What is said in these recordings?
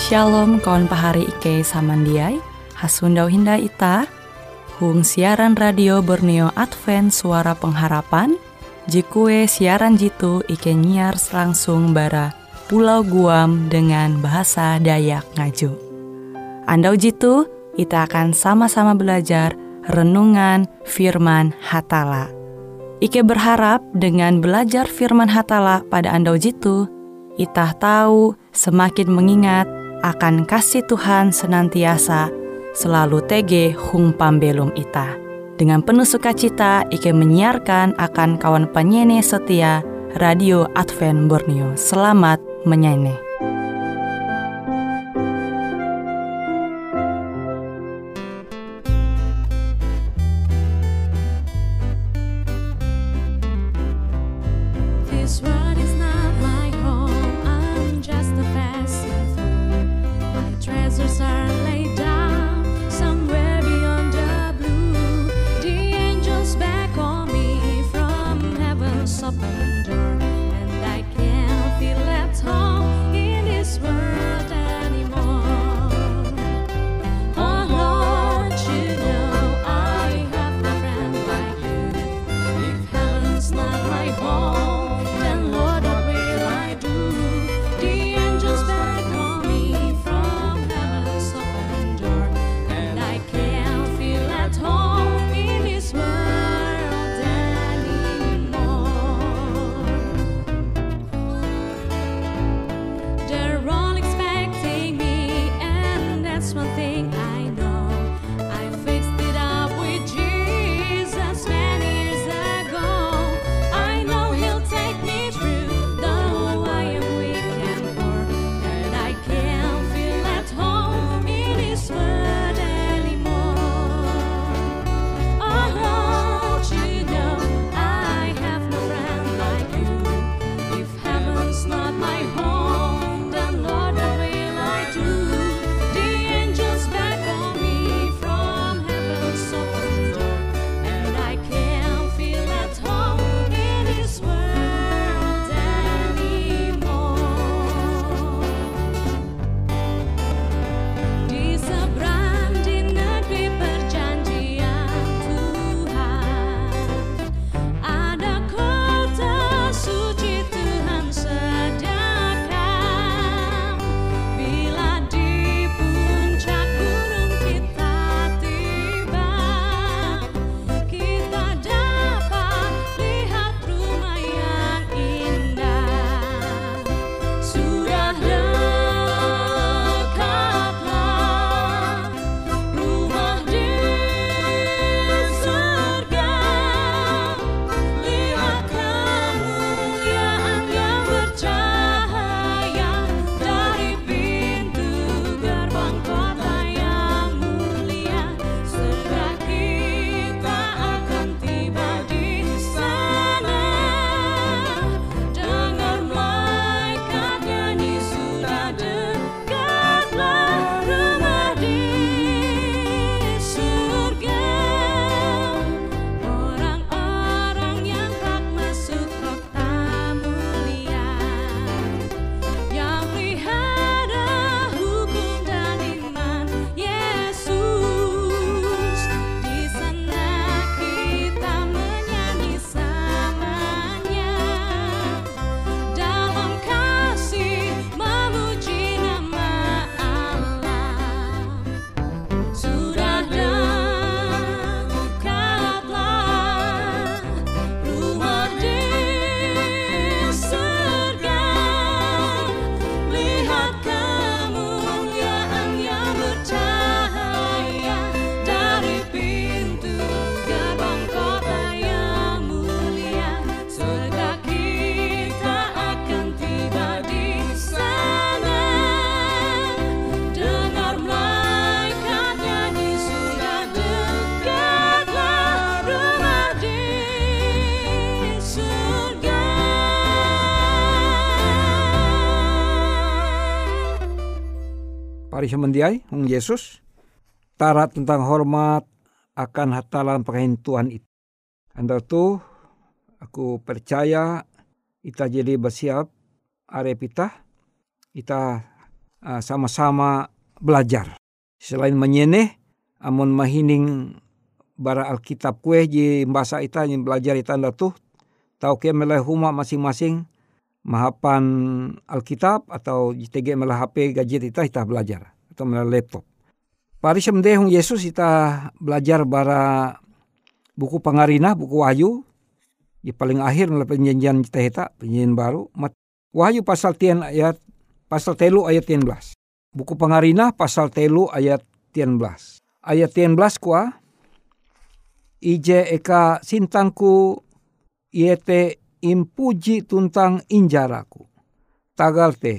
Shalom kawan pahari Ike samandiai, hasundau hinda ita, hung siaran radio Borneo Advent Suara Pengharapan, jikue siaran jitu Ike nyiar langsung bara Pulau Guam dengan bahasa Dayak Ngaju. Andau jitu, kita akan sama-sama belajar renungan firman Hatala. Ike berharap dengan belajar firman Hatala pada andau jitu, kita tahu semakin mengingat akan kasih Tuhan senantiasa selalu tege hung pambelum ita. Dengan penuh sukacita, Ike menyiarkan akan kawan penyanyi setia Radio Advent Borneo. Selamat menyanyi. Pari semendiai, Hong Yesus, tarat tentang hormat akan hatalan pakain Tuhan itu. Anda tuh, aku percaya, kita jadi bersiap, arep kita sama-sama belajar. Selain menyeneh, amun mahining bara Alkitab kue ji bahasa ita yang belajar ita tuh tau ke meleh huma masing-masing mahapan Alkitab atau JTG melah HP gadget ita belajar atau melah laptop. Pari semdehung Yesus ita belajar bara buku Pangarina, buku Wahyu. Ya paling akhir melah penjanjian kita penjanjian baru. Wahyu pasal 3 ayat 13. Buku Pangarina pasal 3 ayat 13. Ayat 13 kuah ije eka sintangku iete impuji tuntang injaraku. Tagal te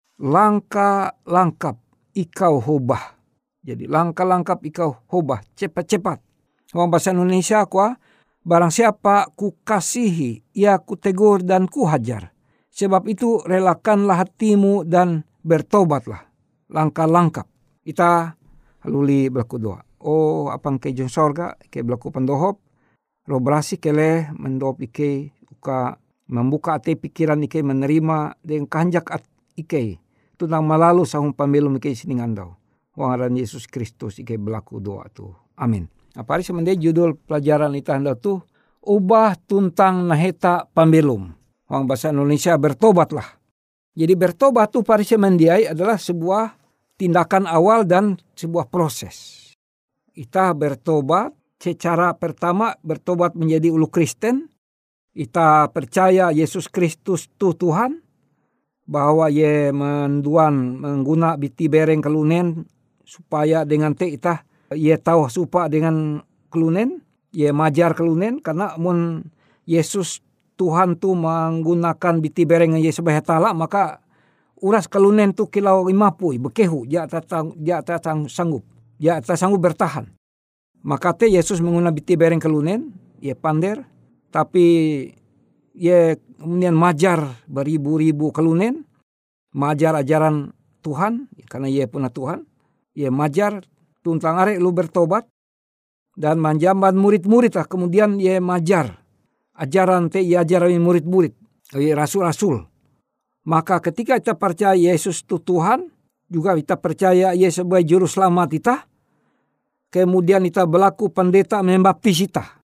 langkap ikau hobah. Jadi langkap ikau hobah. Cepat-cepat. Orang bahasa Indonesia kuah barang siapa ku kasihi ia ku tegur dan ku hajar. Sebab itu relakanlah hatimu dan bertobatlah. Langkap. Ita haluli berlaku doa. Oh apang ke jeng sorga ke berlaku pendohop. Roh berasi kele mendop ike uka membuka ate pikiran ike menerima dengan kehendak ike. Tunang malalu sahung pambelum ike siningandau. Wangaran Yesus Kristus ike berlaku doa tu. Amin. Apa hari semendai judul pelajaran ita anda tu ubah tuntang naheta pambelum. Wang bahasa Indonesia bertobatlah. Jadi bertobat tu pari semendiai adalah sebuah tindakan awal dan sebuah proses. Ita bertobat secara pertama bertobat menjadi ulu Kristen. Ita percaya Yesus Kristus tu Tuhan. Bahwa ye mengguna biti bereng kelunen supaya dengan te ita ye tahu supa dengan kelunen. Ye majar kelunen karena mun Yesus Tuhan tu menggunakan biti bereng ye sebagai tala maka uras kelunen tu kilau 50 bekehu ja tak sanggup bertahan. Maka te Yesus menggunakan biti bereng kelunen ye pander tapi ye kemudian majar beribu-ribu kelunen majar ajaran Tuhan karena ye punah Tuhan ye majar tuntang arek lu bertobat dan manjaman murid-murid lah kemudian ye majar ajaran te ye ajaran murid-murid ye rasul-rasul. Maka ketika kita percaya Yesus itu Tuhan, juga kita percaya Yesus sebagai juru selamat kita, kemudian kita berlaku pendeta membaptis kita.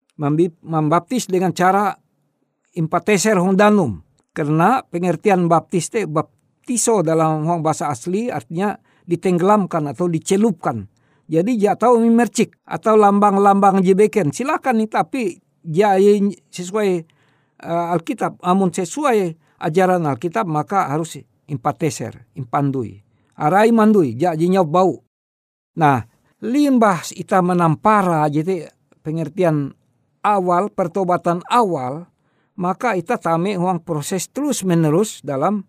Membaptis dengan cara impateser hondanum. Karena pengertian baptis itu baptiso dalam bahasa asli artinya ditenggelamkan atau dicelupkan. Jadi dia tahu mimercik atau lambang-lambang jebeken. Silakan nih tapi dia sesuai Alkitab, amun sesuai ajaran Alkitab maka harus impateser, impandui. Arai mandui, jinyau bau. Nah, limbah ita menampara jadi pengertian awal, pertobatan awal, maka ita tame huang proses terus menerus dalam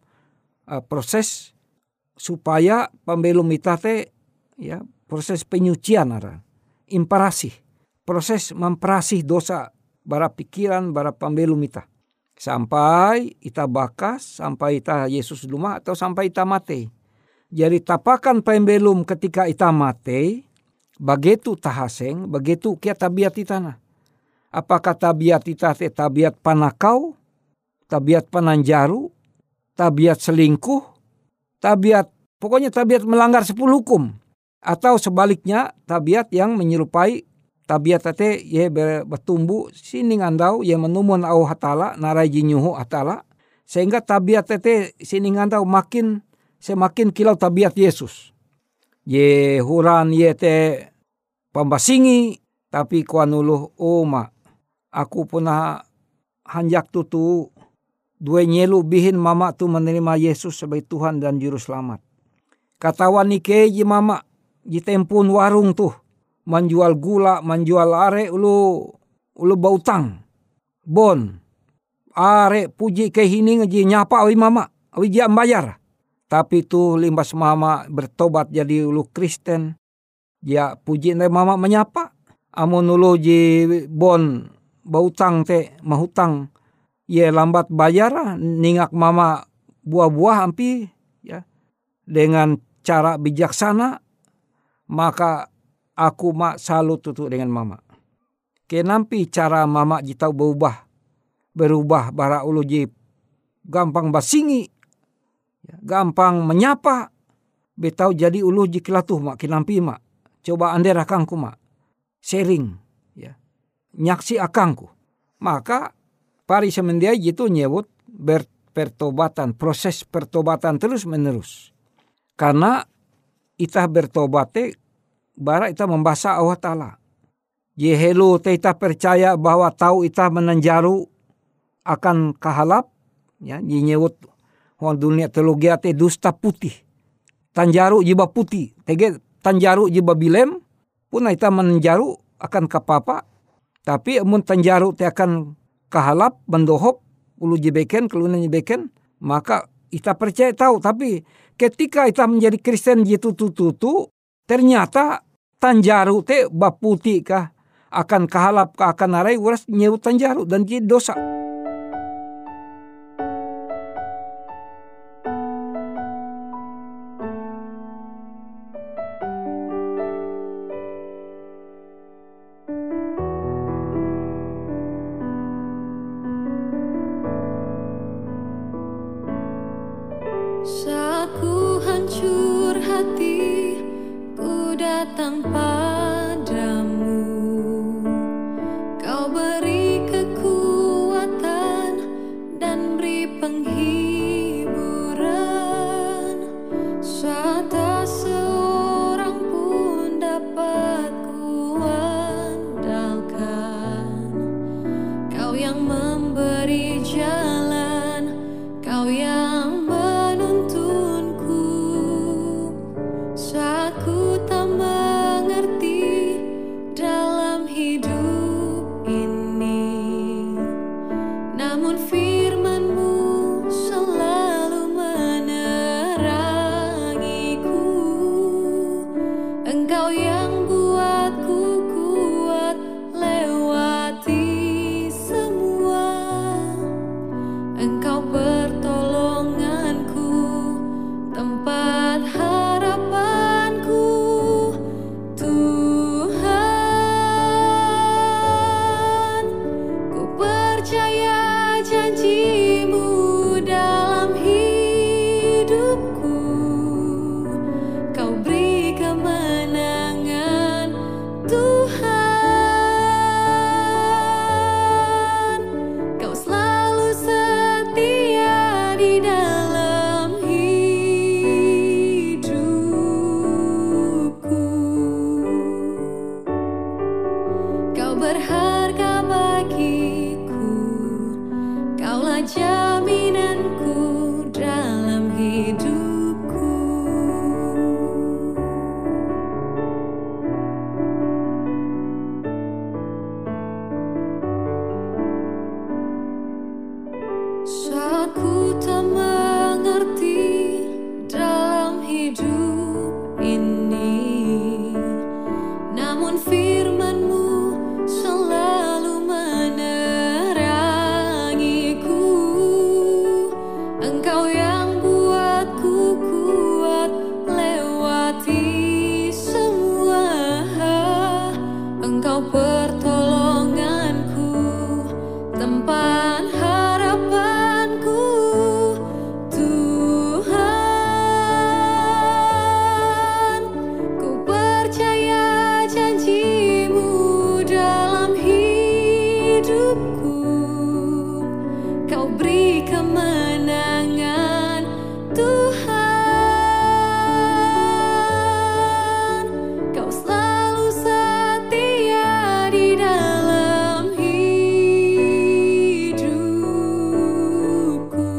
proses supaya pembelum ita te ya proses penyucian ara. Imparasih, proses memperasih dosa bara pikiran, bara pembelum ita. Sampai ita bakas, sampai ita Yesus lumah atau sampai ita mati. Jadi tapakan pembelum ketika ita mati, begitu tahaseng, begitu kia tabiat ita na. Apakah tabiat ita te tabiat panakau, tabiat pananjaru, tabiat selingkuh, pokoknya tabiat melanggar 10 hukum. Atau sebaliknya tabiat yang menyerupai tabiat tate ye bertumbuh sining andau ye menumun au hatala narai jinyuhu hatala sehingga tabiat tate sining andau semakin kilau tabiat Yesus. Ye huran ye te pambasingi tapi kuanuluh oma aku punah hanjak tutu dua nyelu bihin mama tu menerima Yesus sebagai Tuhan dan juru selamat. Katawan nike ji mama ji tempun warung tuh menjual gula, menjual are ulu bautang. Bon. Are puji kehini ngeji nyapa awi mama. Awi dia membayar. Tapi tu limbas mama bertobat jadi ulu Kristen. Dia puji nai mama menyapa. Amun ulu ji bon bautang te mahutang. Ye lambat bayar ningak mama buah-buah ampi. Ya. Dengan cara bijaksana. Maka aku mak salut tutu dengan mama. Kenampi cara mama jitau berubah bara ulu ji gampang basingi, gampang menyapa, betau jadi ulu jikilatuh mak kinampi mak. Coba ande rakangku mak. Sharing ya. Nyaksi akangku. Maka pari semendiai gitu nyebut pertobatan, proses pertobatan terus menerus. Karena itah bertobate bara itah membasa Allah Ta'ala. Yehelu kita percaya bahwa tahu itah menanjaru akan kahalap. Ya, nyebut orang dunia teologi te dusta putih. Tanjaru jiba putih. Tege tanjaru jiba bilem. Pun itah menanjaru akan kapapa. Tapi amun tanjaru te akan kahalap, mendohop, ulu jebeken, kelunan jebeken. Maka itah percaya tahu. Tapi ketika itah menjadi Kristen gitu tutu. Ternyata tanjaru te baputi kah. Akan kahalap kah akan narai uras nyebut tanjaru. Dan jadi dosa. Saat ku hancur hati, ku datang padamu. Kau beri kekuatan dan beri penghiburan. Saat tak seorang pun dapat ku andalkan. Kau yang memberi jalan, Kau yang saat ku tak mengerti dalam hidup ini, namun firman-Mu selalu menerangiku. Engkau yang buatku kuat lewati semua. Engkau pertolonganku, tempat harapanku, Tuhan. Ku percaya janji-Mu dalam hidupku. Kau beri kemenangan, Tuhan. Kau selalu setia di dalam hidupku. Kau berharga bagiku, Kaulah jaminanku dalam hidupku. Saat ku tak mengerti dalam hidup ini, namun firman-Mu selalu menerangiku. Engkau yang buatku kuat lewati semua. Engkau pertolonganku, tempat harapanku, Tuhan. Ku percaya janji-Mu dalam hidupku. Kau beri kemenangan, Tuhan. Kau selalu setia di dalam hidupku.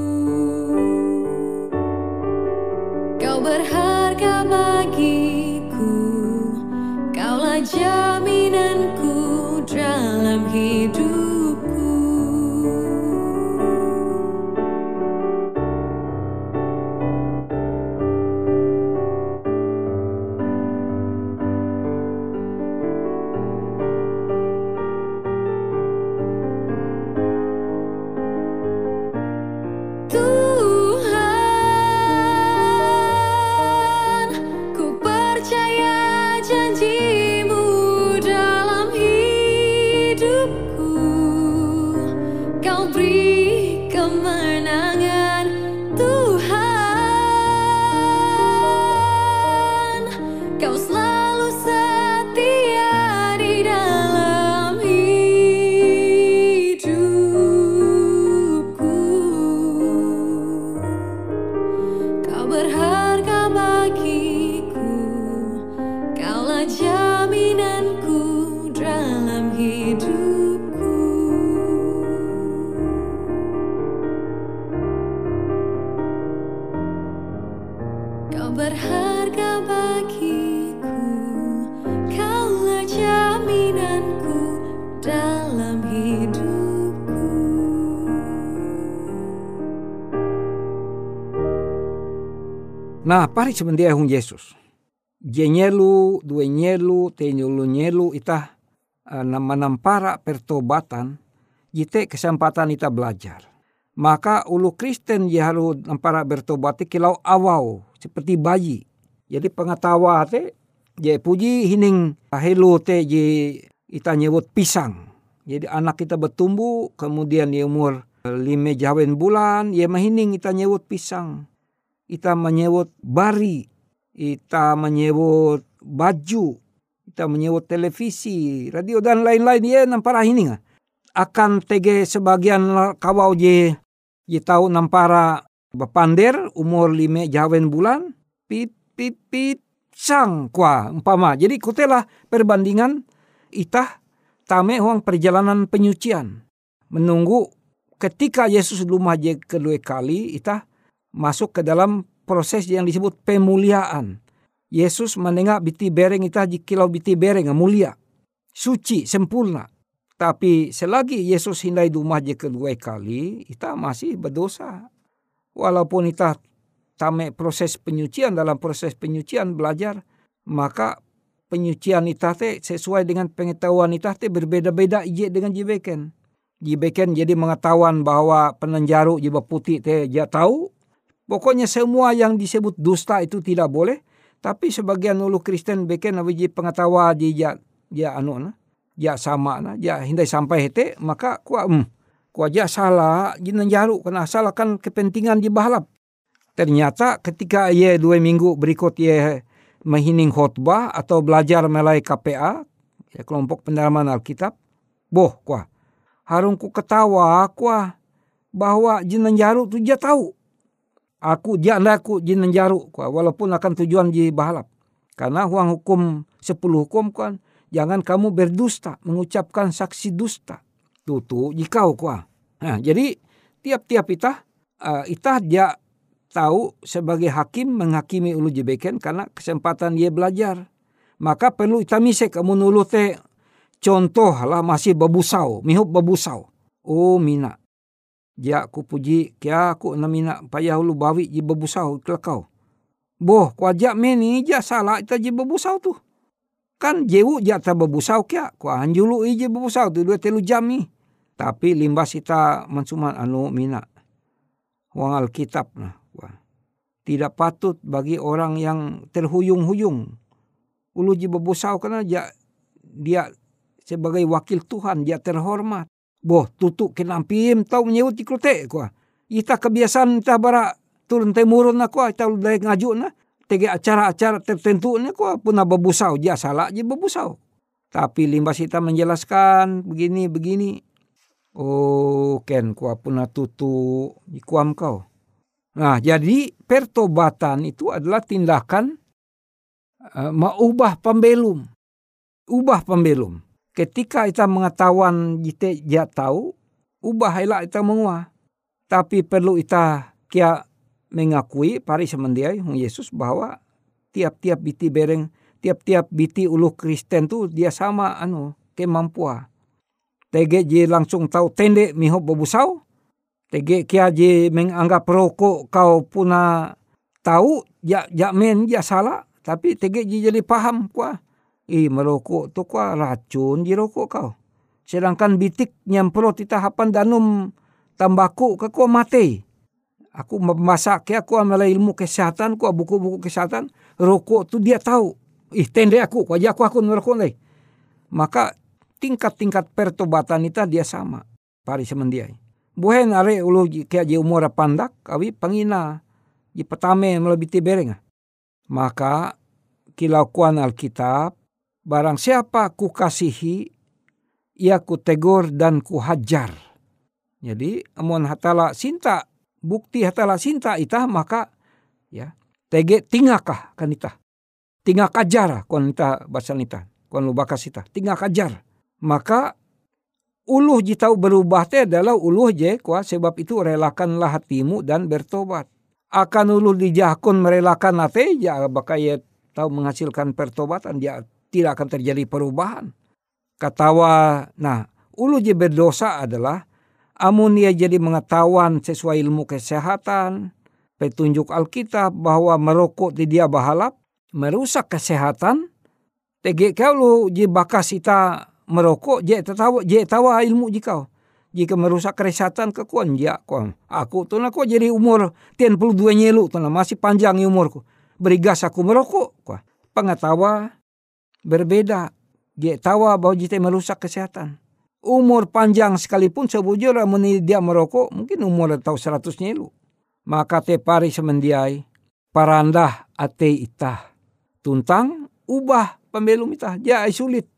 Kau berharga bagiku, Kaulah jaminanku dalam hidupku. Tuhan, ku percaya janji-Mu dalam hidupku. Kau beri kemenangan, Tuhan. Nah, pari sebendia hung Yesus. Je nyelu, dua nyelu, te nyelu itah nampara pertobatan, jite kesempatan itah belajar. Maka ulu Kristen je harus nampara bertobat kilau awau seperti bayi. Jadi pengetawa te je puji hining helu te je itah nyebut pisang. Jadi anak kita bertumbuh, kemudian di umur 5 jawen bulan, ia mahining kita nyebut pisang. Kita menyebut bari, kita menyebut baju, kita menyebut televisi, radio dan lain-lain. Ya nampara hining. Akan tege sebagian kawau je tahu nampara bepander umur 5 jawen bulan, pit sang kwa umpama. Jadi kutelah perbandingan itah tame huang perjalanan penyucian. Menunggu ketika Yesus lumah je kedua kali, itah masuk ke dalam proses yang disebut pemuliaan. Yesus menengah biti bereng itah jikilau biti bereng mulia, suci, sempurna. Tapi selagi Yesus hindai lumah je kedua kali, itah masih berdosa. Walaupun itah tame proses penyucian, dalam proses penyucian belajar, maka penyucian itah te sesuai dengan pengetahuan itah te berbeda-beda ije dengan jibeken. Jibeken jadi mengetahuan bahwa penenjaru jiba putih te dia tahu. Pokoknya semua yang disebut dusta itu tidak boleh. Tapi sebagian ulu Kristen beken awiji pengetahuan dia sama na, dia hindai sampai hete, maka kuah dia salah jinenjaru kena salah kan kepentingan di bahalap. Ternyata ketika ia 2 minggu berikut ia mahining khotbah atau belajar melalui KPA, ya, kelompok pendalaman Alkitab, kuah harung ku ketawa kuah bahwa jinenjaru tu dia tahu. Aku jinenjaru kuah walaupun akan tujuan ji bahalap. Karena huang hukum 10 hukum kan jangan kamu berdusta, mengucapkan saksi dusta. Tutu jikau kuah. Nah, jadi tiap-tiap itah dia tahu sebagai hakim menghakimi ulu jebeken karena kesempatan dia belajar. Maka perlu itamisek amun ulu te contoh lah masih babusau, mihup babusau. Oh mina. Ja ku puji kia aku namina payah ulu bawi ji babusau kelekau. Kuajak meni ja salah ita ji babusau tu. Kan jewu ja ta babusau kia ku anjulu ije babusau tu 2-3 jam ni. Tapi limbas ita mansuman mina. Wang Alkitab nah. Tidak patut bagi orang yang terhuyung-huyung. Ulu ji babusau karena dia sebagai wakil Tuhan, dia terhormat. Tutuk kenampim tau menyebut ikute kuah. Ita kebiasaan ita bara turun temurun na kuah, ita udah ngaju na. Tege acara-acara tertentu na kuah punah babusau, dia salah ji babusau. Tapi limbas ita menjelaskan begini. Ken kuah punah tutu ikuam kau. Nah, jadi pertobatan itu adalah tindakan mengubah pembelum. Ubah pembelum. Ketika kita mengetahuan jite dia tahu, ubah hela kita mengubah. Tapi perlu kita kia mengakui pari semendiai Yesus bahwa tiap-tiap biti bereng, tiap-tiap biti ulu Kristen tu dia sama kemampuan. Tege je langsung tahu tende mihop babusau. Tege kia je menganggap rokok kau puna tahu men salah, tapi tege je jadi paham kuah. Merokok tu kuah racun di rokok kau. Sedangkan bitik nyemprot ita hapan danum tambaku ke kuah mati. Aku masak ya kuah melalui ilmu kesehatan, kuah buku-buku kesehatan, rokok tu dia tahu. Tende aku kuah aku merokok lagi. Maka tingkat-tingkat pertobatan ita dia sama. Pari semendiai. Buhen are ulu kia je umur pandak awi pangina ji petame melebiti bereng. Maka kilau kuan Alkitab, barang siapa ku kasihi ia ku tegur dan ku hajar. Jadi amun hatala sinta bukti hatala sinta itah maka ya tege tingakah kan itah. Tingak ajar kon itah bahasa itah, kon lu bakas itah, tingak ajar. Maka uluh jitau berubah te adalah uluh je kuah sebab itu relakanlah hatimu dan bertobat. Akan uluh dijahkun merelakan nate ya bakaya tahu menghasilkan pertobatan dia tidak akan terjadi perubahan. Katawa uluh je berdosa adalah amun ia jadi mengetahuan sesuai ilmu kesehatan, petunjuk Alkitab bahwa merokok di dia bahalap, merusak kesehatan. Tege kau lu je bakas ita merokok, je tawa ilmu jikau. Jika merusak kesehatan kekuan ya kuan. Aku tu nak jadi umur 32 nyelu tu masih panjang umurku. Berigas aku merokok kuan. Pengetawa berbeda. Je tawa bahwa jite merusak kesehatan. Umur panjang sekalipun sebujur amun dia merokok mungkin umur tahu 100 nyelu. Maka te pari semendiai parandah ate itah tuntang ubah pembelum itah. Dia sulit.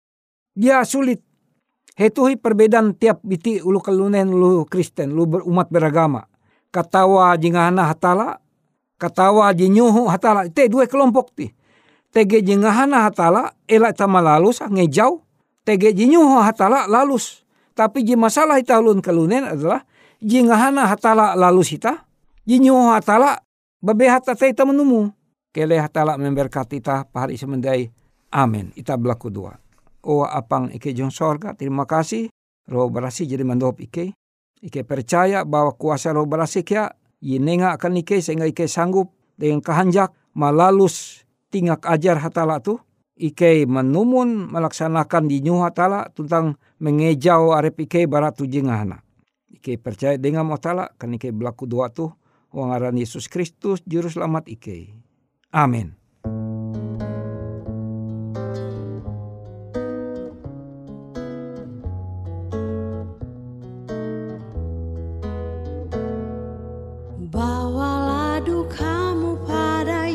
Hetui perbedaan tiap biti ulu kelunen ulu Kristen, ulu umat beragama. Katawa jingahana hatala, katawa jinyuhu hatala. Te dua kelompok ti. Tege jingahana hatala, elak tama lalus, ngejau. Tege jinyuhu hatala lalus. Tapi ji masalah ita ulun kelunen adalah jingahana hatala lalus ita. Jinyuhu hatala babehat ata ita menumu. Kele hatala memberkati ita pahari semendai. Amin. Ita berlaku dua. O apang ike jong sorga, terima kasih. Roh berasi jadi mandop ike. Ike percaya bahwa kuasa roh berasi kia yinenga akan ike sehingga ike sanggup dengan kehanjak malalus tingak ajar hatala tu. Ike menumun melaksanakan di nyuh hatala tentang mengejau arep ike barat tu jengahana. Ike percaya dengan hatala kan ike berlaku doa tu wangaran Yesus Kristus juru selamat ike. Amin. Bawalah dukamu pada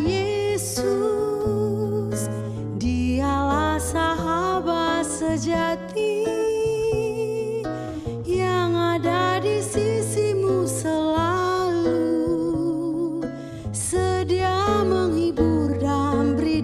Yesus, Dialah sahabat sejati yang ada di sisimu selalu, sedia menghibur dan beri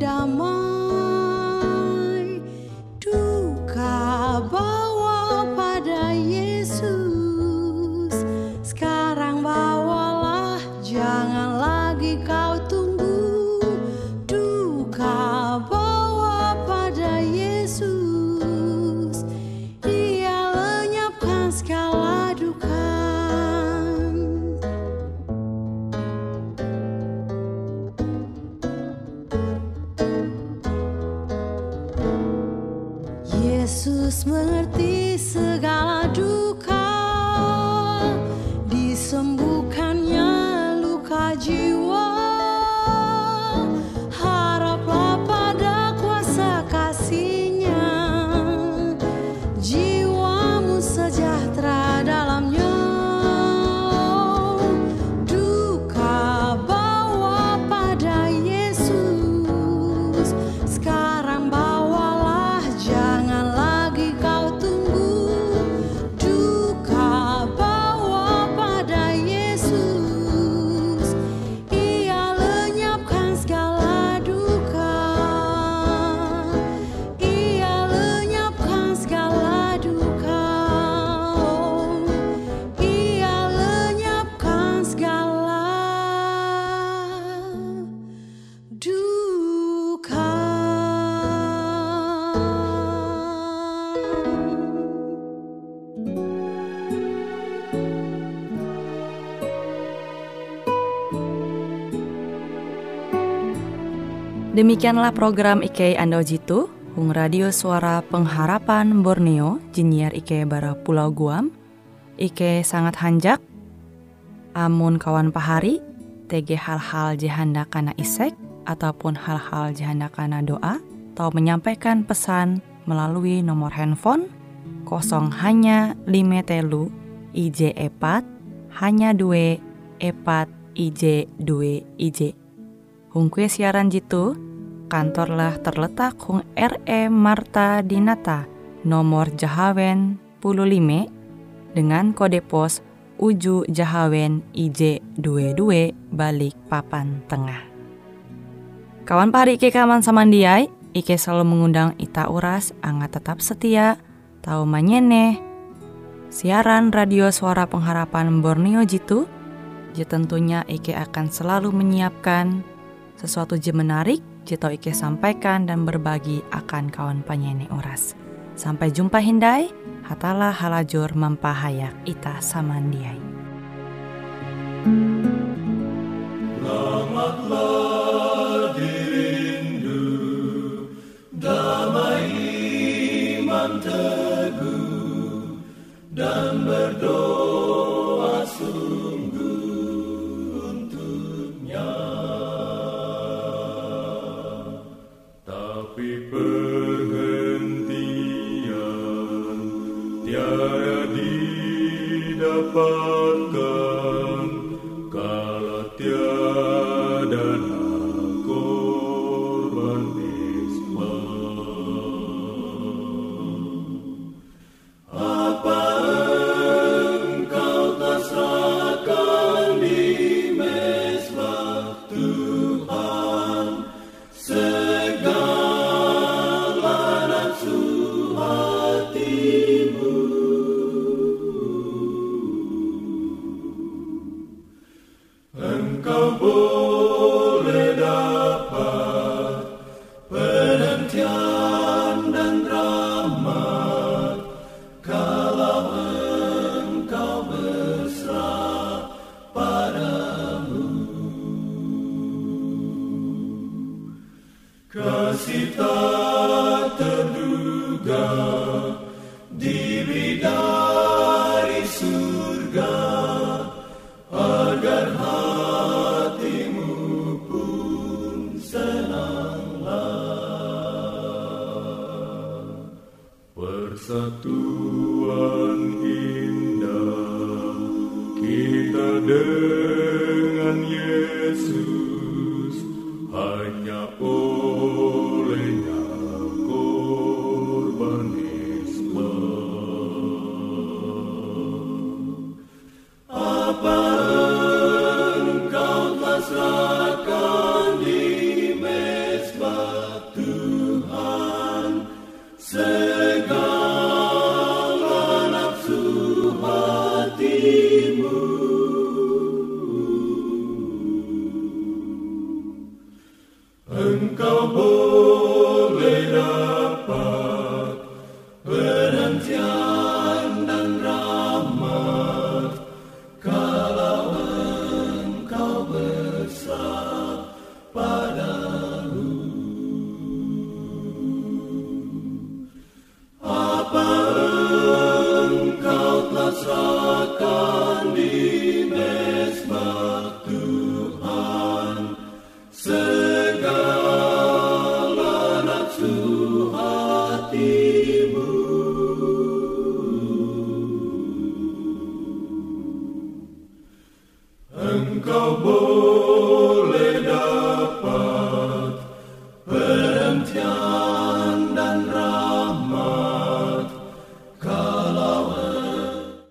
damai. Duka bawa pada Yesus, sekarang bawalah, jangan lagi kau tunggu. Duka bawa pada Yesus, Dia lenyapkan segala duka. Yesus mengerti segala duka, disembuhkannya luka jiwa. Haraplah pada kuasa kasih-Nya, jiwamu sejahtera dalamnya. Duka bawa pada Yesus, sekarang bawalah, jangan lagi kau tunggu. Duka bawa pada Yesus, Ia lenyapkan segala duka. Ia lenyapkan segala duka. Ia lenyapkan segala duka. Demikianlah program Ike Ando Jitu, Hung Radio Suara Pengharapan Borneo, Jinnyar Ike bara Pulau Guam. Ike sangat hanjak, amun kawan pahari, tege hal-hal jihanda kana isek, ataupun hal-hal jihanda kana doa, atau menyampaikan pesan melalui nomor handphone 0 hanya 5 telu IJ 4 hanya 2 4 IJ 2 IJ. Hung kue siaran jitu, kantorlah terletak Hung R.E. Marta Dinata, nomor Jahawen 15, dengan kode pos Uju Jahawen IJ22 balik Papan Tengah. Kawan pahari Ike kaman samandiai, Ike selalu mengundang ita uras, angga tetap setia, tahu manyene, siaran radio Suara Pengharapan Borneo jitu, tentunya Ike akan selalu menyiapkan sesuatu je menarik, jito Ike sampaikan dan berbagi akan kawan penyanyi oras. Sampai jumpa hindai, hatalah halajur mempahayak ita samandiai. Selamatlah dirindu, damai iman teguh, dan berdoa sungguh untuknya. Tapi perhentian tiada didapatkan kalau tiada korban Islam. Apa engkau tak serahkan di mezbah Tuhan segala nafsu hatimu? Engkau boleh dapat penantian dan rahmat kalau engkau berserah padamu. Kasih tak terduga diberi dari surga, agar hatimu pun senanglah. Persatuan indah kita dengan Yesus, hanya olehnya korban Islam. Apa engkau telah serahkan di mezbah Tuhan segala nafsu hatimu? Engkau boleh dapat penantian dan rahmat kalau engkau berserah padamu. Apa engkau telah serahkan di mezbah Tuhan segala nafsu hatimu? Engkau